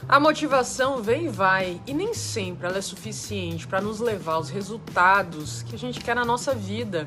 A motivação vem e vai, e nem sempre ela é suficiente para nos levar aos resultados que a gente quer na nossa vida.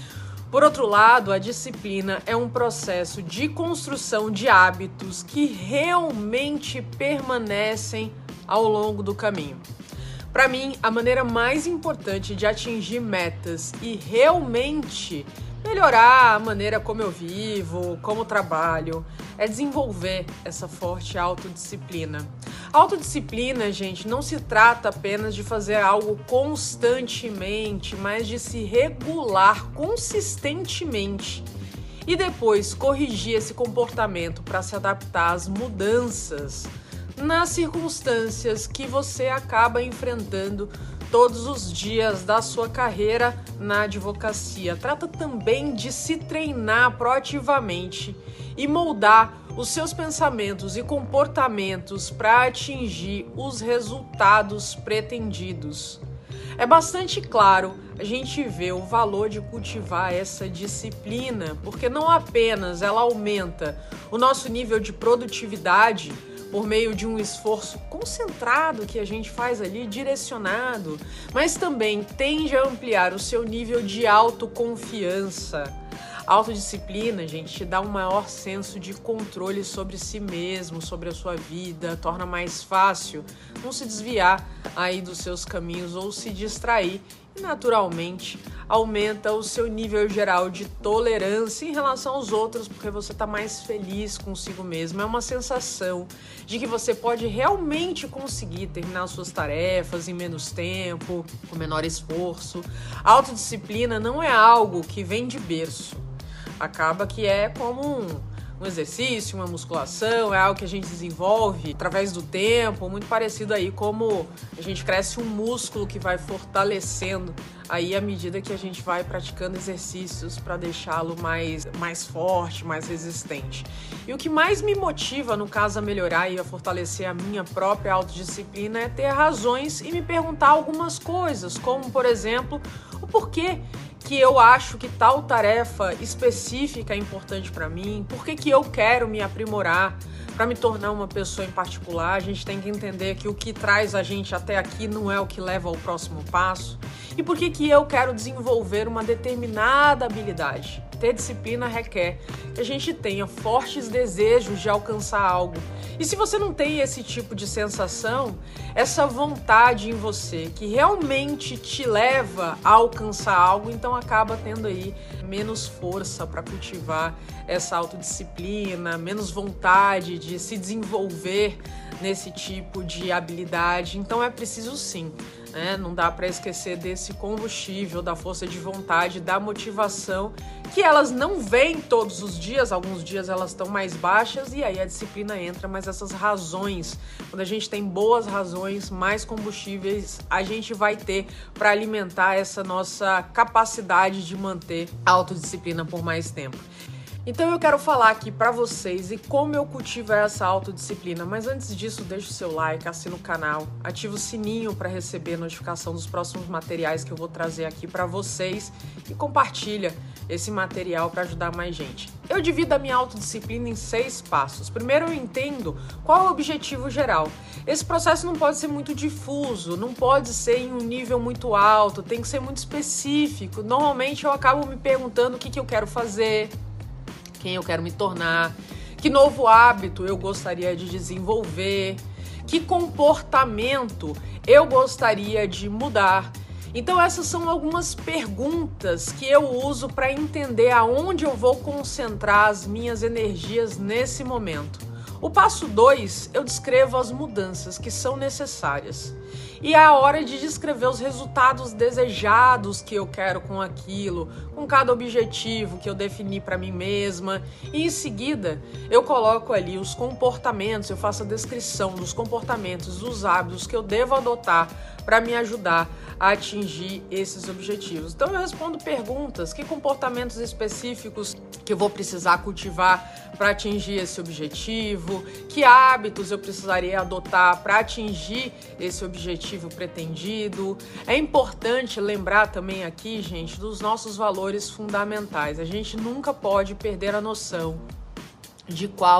Por outro lado, a disciplina é um processo de construção de hábitos que realmente permanecem ao longo do caminho. Para mim, a maneira mais importante de atingir metas e realmente melhorar a maneira como eu vivo, como trabalho, é desenvolver essa forte autodisciplina. Autodisciplina, gente, não se trata apenas de fazer algo constantemente, mas de se regular consistentemente e depois corrigir esse comportamento para se adaptar às mudanças nas circunstâncias que você acaba enfrentando todos os dias da sua carreira na advocacia. Trata também de se treinar proativamente e moldar os seus pensamentos e comportamentos para atingir os resultados pretendidos. É bastante claro a gente ver o valor de cultivar essa disciplina, porque não apenas ela aumenta o nosso nível de produtividade por meio de um esforço concentrado que a gente faz ali, direcionado, mas também tende a ampliar o seu nível de autoconfiança. A autodisciplina, gente, te dá um maior senso de controle sobre si mesmo, sobre a sua vida, torna mais fácil não se desviar aí dos seus caminhos ou se distrair e, naturalmente, aumenta o seu nível geral de tolerância em relação aos outros, porque você está mais feliz consigo mesmo. É uma sensação de que você pode realmente conseguir terminar suas tarefas em menos tempo, com menor esforço. A autodisciplina não é algo que vem de berço. Acaba que é como um exercício, uma musculação, é algo que a gente desenvolve através do tempo, muito parecido aí como a gente cresce um músculo que vai fortalecendo aí à medida que a gente vai praticando exercícios para deixá-lo mais forte, mais resistente. E o que mais me motiva, no caso, a melhorar e a fortalecer a minha própria autodisciplina é ter razões e me perguntar algumas coisas, como, por exemplo, o porquê que eu acho que tal tarefa específica é importante para mim, por que eu quero me aprimorar para me tornar uma pessoa em particular. A gente tem que entender que o que traz a gente até aqui não é o que leva ao próximo passo. E por que eu quero desenvolver uma determinada habilidade? Ter disciplina requer que a gente tenha fortes desejos de alcançar algo. E se você não tem esse tipo de sensação, essa vontade em você que realmente te leva a alcançar algo, então acaba tendo aí menos força para cultivar essa autodisciplina, menos vontade de se desenvolver nesse tipo de habilidade. Então é preciso sim, né? Não dá para esquecer desse combustível, da força de vontade, da motivação, que elas não vêm todos os dias, alguns dias elas estão mais baixas e aí a disciplina entra, mas essas razões, quando a gente tem boas razões, mais combustíveis a gente vai ter para alimentar essa nossa capacidade de manter a autodisciplina por mais tempo. Então eu quero falar aqui pra vocês e como eu cultivo essa autodisciplina, mas antes disso deixa o seu like, assina o canal, ativa o sininho para receber notificação dos próximos materiais que eu vou trazer aqui pra vocês e compartilha esse material para ajudar mais gente. Eu divido a minha autodisciplina em 6 passos. Primeiro eu entendo qual é o objetivo geral. Esse processo não pode ser muito difuso, não pode ser em um nível muito alto, tem que ser muito específico. Normalmente eu acabo me perguntando o que eu quero fazer, quem eu quero me tornar, que novo hábito eu gostaria de desenvolver, que comportamento eu gostaria de mudar. Então essas são algumas perguntas que eu uso para entender aonde eu vou concentrar as minhas energias nesse momento. O passo 2, eu descrevo as mudanças que são necessárias. E é a hora de descrever os resultados desejados que eu quero com aquilo, com cada objetivo que eu defini para mim mesma. E em seguida, eu coloco ali os comportamentos, eu faço a descrição dos comportamentos, dos hábitos que eu devo adotar para me ajudar a atingir esses objetivos. Então eu respondo perguntas, que comportamentos específicos que eu vou precisar cultivar para atingir esse objetivo, que hábitos eu precisaria adotar para atingir esse objetivo pretendido. É importante lembrar também aqui, gente, dos nossos valores fundamentais. A gente nunca pode perder a noção de qual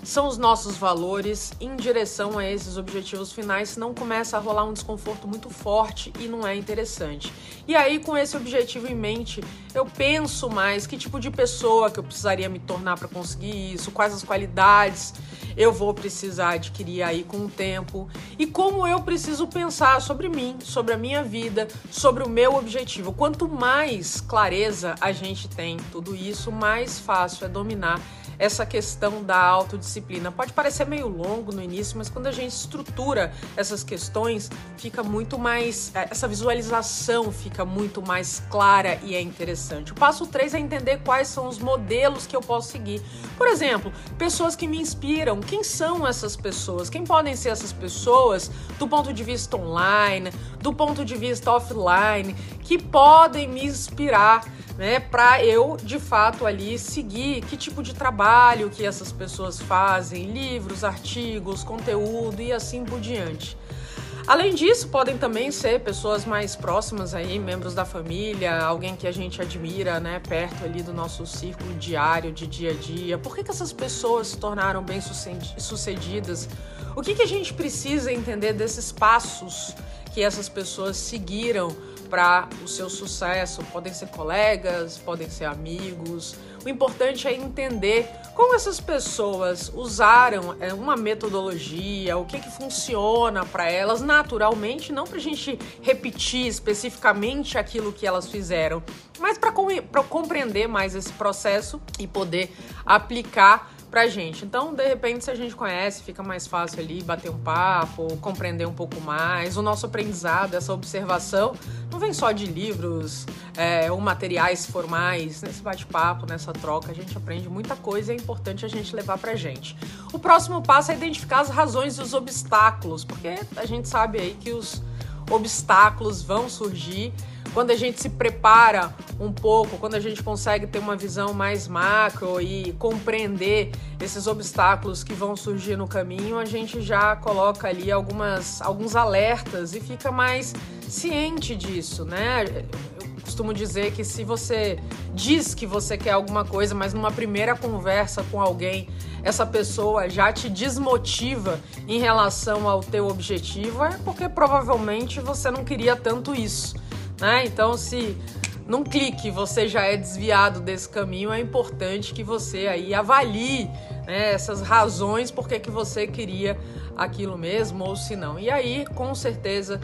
são os nossos valores em direção a esses objetivos finais, senão começa a rolar um desconforto muito forte e não é interessante. E aí, com esse objetivo em mente, eu penso mais que tipo de pessoa que eu precisaria me tornar para conseguir isso, quais as qualidades eu vou precisar adquirir aí com o tempo e como eu preciso pensar sobre mim, sobre a minha vida, sobre o meu objetivo. Quanto mais clareza a gente tem tudo isso, mais fácil é dominar essa questão da autodisciplina. Pode parecer meio longo no início, mas quando a gente estrutura essas questões, fica muito mais, essa visualização fica muito mais clara e é interessante. O passo 3 é entender quais são os modelos que eu posso seguir. Por exemplo, pessoas que me inspiram. Quem são essas pessoas? Quem podem ser essas pessoas do ponto de vista online, do ponto de vista offline, que podem me inspirar, né, para eu, de fato, ali seguir que tipo de trabalho que essas pessoas fazem, livros, artigos, conteúdo e assim por diante. Além disso, podem também ser pessoas mais próximas aí, membros da família, alguém que a gente admira, né, perto ali do nosso círculo diário, de dia a dia. Por que essas pessoas se tornaram bem-sucedidas? O que a gente precisa entender desses passos que essas pessoas seguiram para o seu sucesso? Podem ser colegas, podem ser amigos. O importante é entender como essas pessoas usaram uma metodologia, o que funciona para elas naturalmente, não para a gente repetir especificamente aquilo que elas fizeram, mas para compreender mais esse processo e poder aplicar pra gente. Então, de repente, se a gente conhece, fica mais fácil ali bater um papo, compreender um pouco mais. O nosso aprendizado, essa observação, não vem só de livros ou materiais formais. Nesse bate-papo, nessa troca, a gente aprende muita coisa e é importante a gente levar pra gente. O próximo passo é identificar as razões e os obstáculos, porque a gente sabe aí que os obstáculos vão surgir. Quando a gente se prepara um pouco, quando a gente consegue ter uma visão mais macro e compreender esses obstáculos que vão surgir no caminho, a gente já coloca ali alguns alertas e fica mais ciente disso, né? Eu costumo dizer que se você diz que você quer alguma coisa, mas numa primeira conversa com alguém, essa pessoa já te desmotiva em relação ao teu objetivo, é porque provavelmente você não queria tanto isso, né? Então, se num clique você já é desviado desse caminho, é importante que você aí avalie, né, essas razões por que você queria aquilo mesmo ou se não. E aí, com certeza,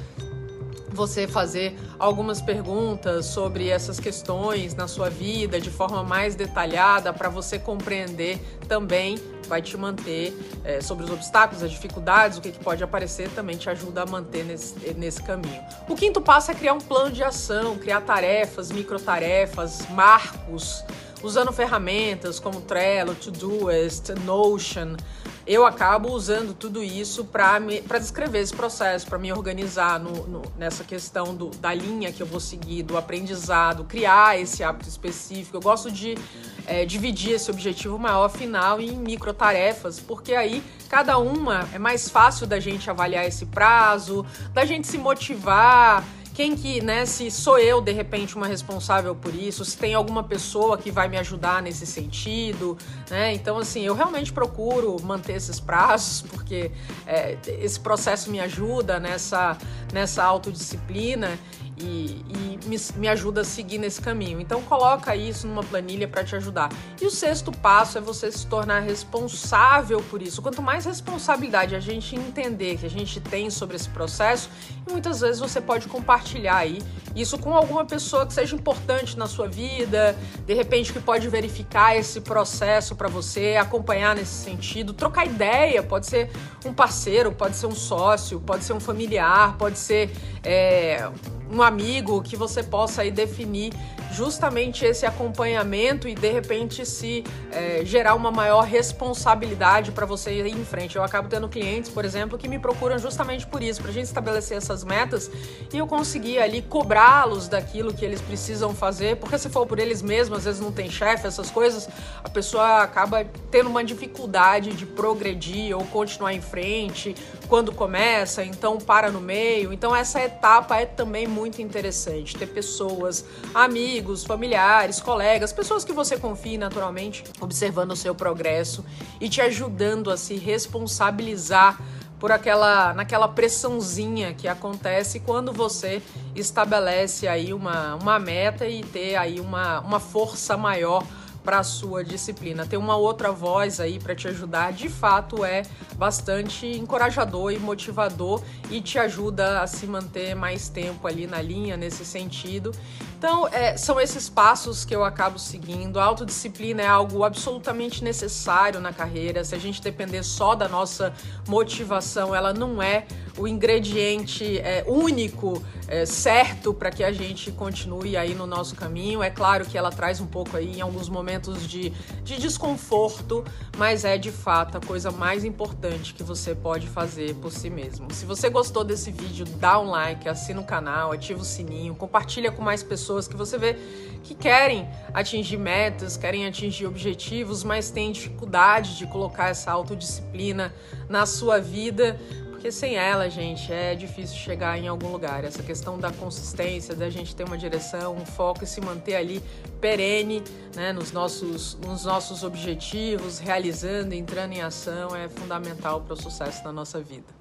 você fazer algumas perguntas sobre essas questões na sua vida de forma mais detalhada para você compreender também vai te manter sobre os obstáculos, as dificuldades, o que pode aparecer, também te ajuda a manter nesse caminho. O quinto passo é criar um plano de ação, criar tarefas, microtarefas, marcos, usando ferramentas como Trello, Todoist, Notion. Eu acabo usando tudo isso para descrever esse processo, para me organizar nessa questão da linha que eu vou seguir, do aprendizado, criar esse hábito específico. Eu gosto de dividir esse objetivo maior final em microtarefas, porque aí cada uma é mais fácil da gente avaliar esse prazo, da gente se motivar. Quem que, né, se sou eu, de repente, uma responsável por isso, se tem alguma pessoa que vai me ajudar nesse sentido, né? Então, assim, eu realmente procuro manter esses prazos, porque esse processo me ajuda nessa autodisciplina e me ajuda a seguir nesse caminho. Então, coloca isso numa planilha para te ajudar. E o sexto passo é você se tornar responsável por isso. Quanto mais responsabilidade a gente entender que a gente tem sobre esse processo, e muitas vezes você pode compartilhar aí isso com alguma pessoa que seja importante na sua vida, de repente que pode verificar esse processo para você, acompanhar nesse sentido, trocar ideia, pode ser um parceiro, pode ser um sócio, pode ser um familiar, pode ser um amigo, que você possa aí definir justamente esse acompanhamento e de repente gerar uma maior responsabilidade para você ir em frente. Eu acabo tendo clientes, por exemplo, que me procuram justamente por isso, para a gente estabelecer essas metas e eu conseguir ali cobrar cobrá-los daquilo que eles precisam fazer, porque se for por eles mesmos, às vezes não tem chefe, essas coisas, a pessoa acaba tendo uma dificuldade de progredir ou continuar em frente quando começa, então para no meio. Então essa etapa é também muito interessante, ter pessoas, amigos, familiares, colegas, pessoas que você confie naturalmente, observando o seu progresso e te ajudando a se responsabilizar por naquela pressãozinha que acontece quando você estabelece aí uma meta e ter aí uma força maior para a sua disciplina. Ter uma outra voz aí para te ajudar, de fato, é bastante encorajador e motivador e te ajuda a se manter mais tempo ali na linha nesse sentido. Então, são esses passos que eu acabo seguindo. A autodisciplina é algo absolutamente necessário na carreira. Se a gente depender só da nossa motivação, ela não é o ingrediente único, certo para que a gente continue aí no nosso caminho. É claro que ela traz um pouco aí em alguns momentos de desconforto, mas é de fato a coisa mais importante que você pode fazer por si mesmo. Se você gostou desse vídeo, dá um like, assina o canal, ativa o sininho, compartilha com mais pessoas que você vê que querem atingir metas, querem atingir objetivos, mas têm dificuldade de colocar essa autodisciplina na sua vida. Porque sem ela, gente, é difícil chegar em algum lugar. Essa questão da consistência, da gente ter uma direção, um foco e se manter ali perene, né, nos nossos objetivos, realizando, entrando em ação, é fundamental para o sucesso da nossa vida.